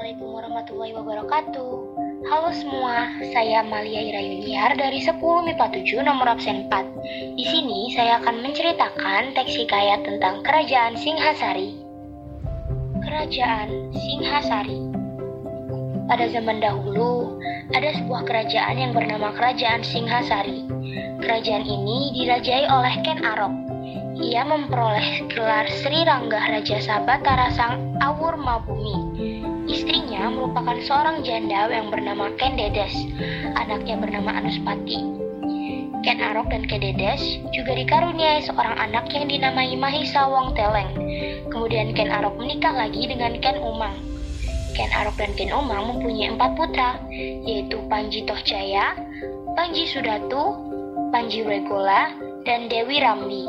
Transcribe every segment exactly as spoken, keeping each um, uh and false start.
Assalamualaikum warahmatullahi wabarakatuh. Halo semua, saya Amalia Irayuniar dari sepuluh M I P A tujuh nomor absen empat. Di sini saya akan menceritakan teks hikayat tentang Kerajaan Singhasari. Kerajaan Singhasari. Pada zaman dahulu, ada sebuah kerajaan yang bernama Kerajaan Singhasari. Kerajaan ini dirajai oleh Ken Arok. Ia memperoleh gelar Sri Ranggah Raja Sabatara Sang Awurmabumi. Istrinya merupakan seorang janda yang bernama Ken Dedes. Anaknya bernama Anuspati. Ken Arok dan Ken Dedes juga dikaruniai seorang anak yang dinamai Mahisa Wongteleng. Kemudian Ken Arok menikah lagi dengan Ken Umang. Ken Arok dan Ken Umang mempunyai empat putra, yaitu Panji Tohjaya, Panji Sudatu, Panji Wregola, dan Dewi Rambi.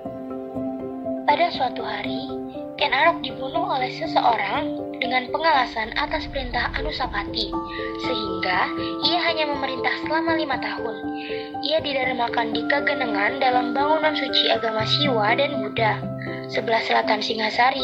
Pada suatu hari, Ken Arok dibunuh oleh seseorang dengan pengalasan atas perintah Anusapati, sehingga ia hanya memerintah selama lima tahun. Ia didharmakan di Kagenengan dalam bangunan suci agama Siwa dan Buddha, sebelah selatan Singhasari.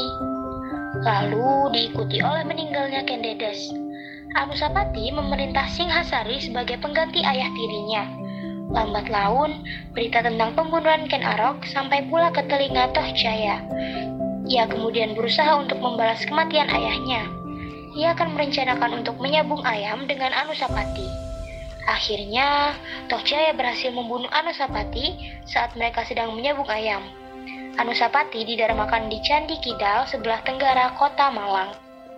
Lalu diikuti oleh meninggalnya Ken Dedes. Anusapati memerintah Singhasari sebagai pengganti ayah tirinya. Lambat laun, berita tentang pembunuhan Ken Arok sampai pula ke telinga Tohjaya. Ia kemudian berusaha untuk membalas kematian ayahnya. Ia akan merencanakan untuk menyabung ayam dengan Anusapati. Akhirnya, Tohjaya berhasil membunuh Anusapati saat mereka sedang menyabung ayam. Anusapati didharmakan di Candi Kidal sebelah tenggara kota Malang.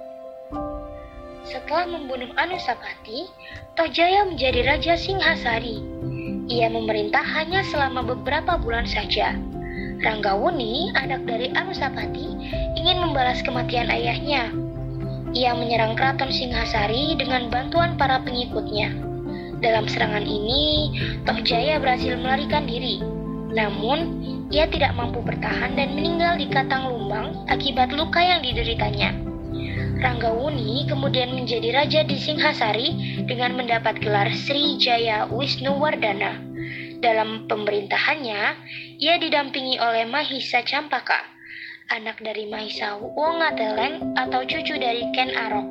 Setelah membunuh Anusapati, Tohjaya menjadi Raja Singhasari. Ia memerintah hanya selama beberapa bulan saja. Ranggawuni, anak dari Anusapati, ingin membalas kematian ayahnya. Ia menyerang keraton Singhasari dengan bantuan para pengikutnya. Dalam serangan ini, Tohjaya berhasil melarikan diri. Namun, ia tidak mampu bertahan dan meninggal di Katang Lumbang akibat luka yang dideritanya. Ranggawuni kemudian menjadi raja di Singhasari dengan mendapat gelar Sri Jaya Wisnuwardana. Dalam pemerintahannya, ia didampingi oleh Mahisa Campaka, anak dari Mahisa Wongateleng atau cucu dari Ken Arok.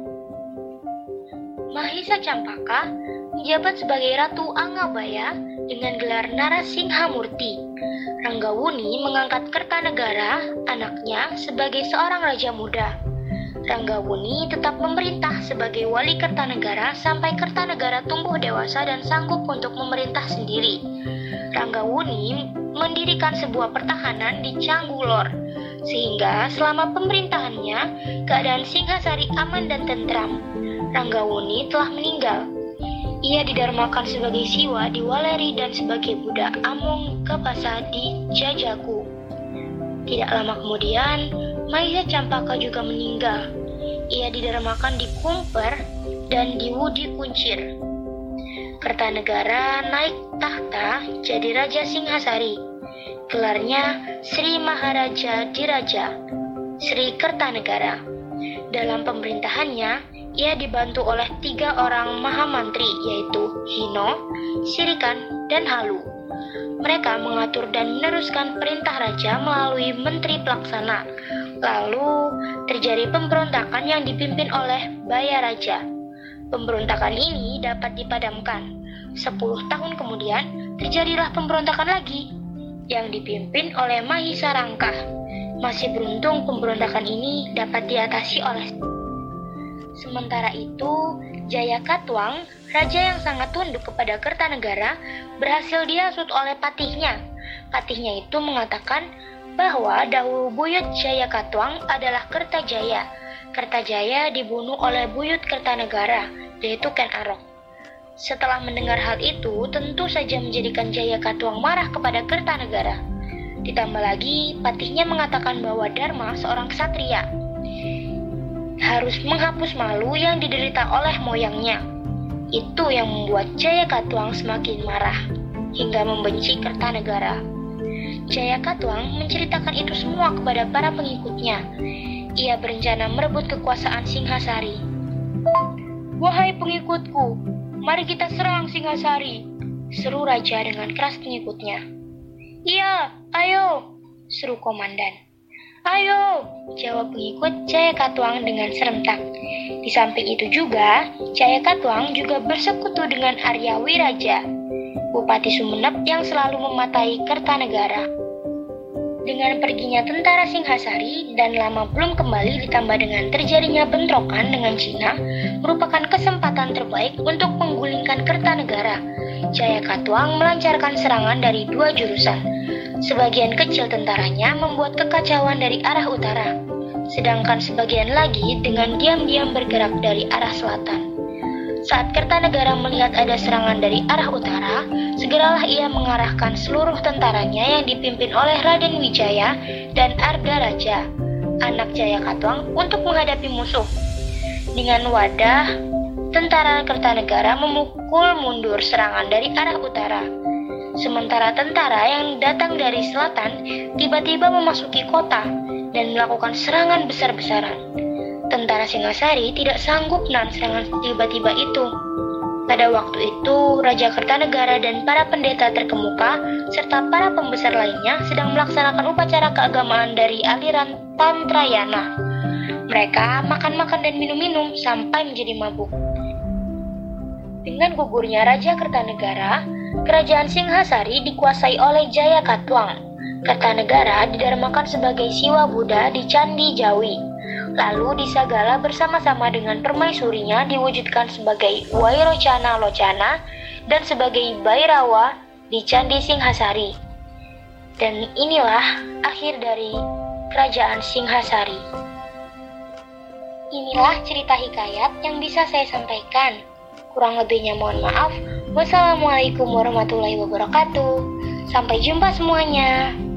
Mahisa Campaka menjabat sebagai Ratu Angabaya dengan gelar Narasinghamurti. Ranggawuni mengangkat Kertanegara, anaknya, sebagai seorang raja muda. Ranggawuni tetap memerintah sebagai wali Kertanegara sampai Kertanegara tumbuh dewasa dan sanggup untuk memerintah sendiri. Ranggawuni mendirikan sebuah pertahanan di Canggulor, sehingga selama pemerintahannya keadaan Singhasari aman dan tentram. Ranggawuni telah meninggal. Ia didharmakan sebagai Siwa di Waleri dan sebagai budak Among Kapasa di Jajaku. Tidak lama kemudian, Mahisa Campaka juga meninggal. Ia didharmakan di Kumper dan di Wudi Kuncir. Kertanegara naik tahta jadi Raja Singhasari. Gelarnya Sri Maharaja Diraja, Sri Kertanegara. Dalam pemerintahannya, ia dibantu oleh tiga orang mahamantri, yaitu Hino, Sirikan, dan Halu. Mereka mengatur dan meneruskan perintah raja melalui menteri pelaksana. Lalu terjadi pemberontakan yang dipimpin oleh Bayaraja. Pemberontakan ini dapat dipadamkan. Sepuluh tahun kemudian terjadilah pemberontakan lagi yang dipimpin oleh Mahisa Rangkah. Masih beruntung pemberontakan ini dapat diatasi oleh. Sementara itu, Jaya Katwang, raja yang sangat tunduk kepada Kertanegara, berhasil dihasut oleh patihnya. Patihnya itu mengatakan bahwa dahulu buyut Jaya Katwang adalah Kertajaya. Kertajaya dibunuh oleh buyut Kertanegara, yaitu Ken Arok. Setelah mendengar hal itu, tentu saja menjadikan Jaya Katwang marah kepada Kertanegara. Ditambah lagi, patihnya mengatakan bahwa Dharma, seorang ksatria, harus menghapus malu yang diderita oleh moyangnya. Itu yang membuat Jaya Katwang semakin marah, hingga membenci Kertanegara. Jaya Katwang menceritakan itu semua kepada para pengikutnya. Ia berencana merebut kekuasaan Singhasari. "Wahai pengikutku, mari kita serang Singhasari," seru raja dengan keras pengikutnya. "Iya, ayo," seru komandan. "Ayo!" jawab pengikut Jaya Katuang dengan serentak. Di samping itu juga, Jaya Katuang juga bersekutu dengan Arya Wiraja, Bupati Sumenep yang selalu mematai Kertanegara. Dengan perginya tentara Singhasari dan lama belum kembali ditambah dengan terjadinya bentrokan dengan Cina, merupakan kesempatan terbaik untuk menggulingkan Kertanegara. Jaya Katuang melancarkan serangan dari dua jurusan. Sebagian kecil tentaranya membuat kekacauan dari arah utara, sedangkan sebagian lagi dengan diam-diam bergerak dari arah selatan. Saat Kertanegara melihat ada serangan dari arah utara, segeralah ia mengarahkan seluruh tentaranya yang dipimpin oleh Raden Wijaya dan Arda Raja, anak Jaya Katuang, untuk menghadapi musuh. Dengan wadah, tentara Kertanegara memukul mundur serangan dari arah utara. Sementara tentara yang datang dari selatan tiba-tiba memasuki kota dan melakukan serangan besar-besaran. Tentara Singhasari tidak sanggup menahan serangan tiba-tiba itu. Pada waktu itu, Raja Kertanegara dan para pendeta terkemuka serta para pembesar lainnya sedang melaksanakan upacara keagamaan dari aliran Tantrayana. Mereka makan-makan dan minum-minum sampai menjadi mabuk. Dengan gugurnya Raja Kertanegara, kerajaan Singhasari dikuasai oleh Jaya Katuang. Kertanegara didarmakan sebagai Siwa Buddha di Candi Jawi. Lalu Disagala bersama-sama dengan permaisurinya diwujudkan sebagai Wairocana Locana dan sebagai Bhairawa di Candi Singhasari. Dan inilah akhir dari kerajaan Singhasari. Inilah cerita hikayat yang bisa saya sampaikan. Kurang lebihnya mohon maaf. Wassalamualaikum warahmatullahi wabarakatuh. Sampai jumpa semuanya.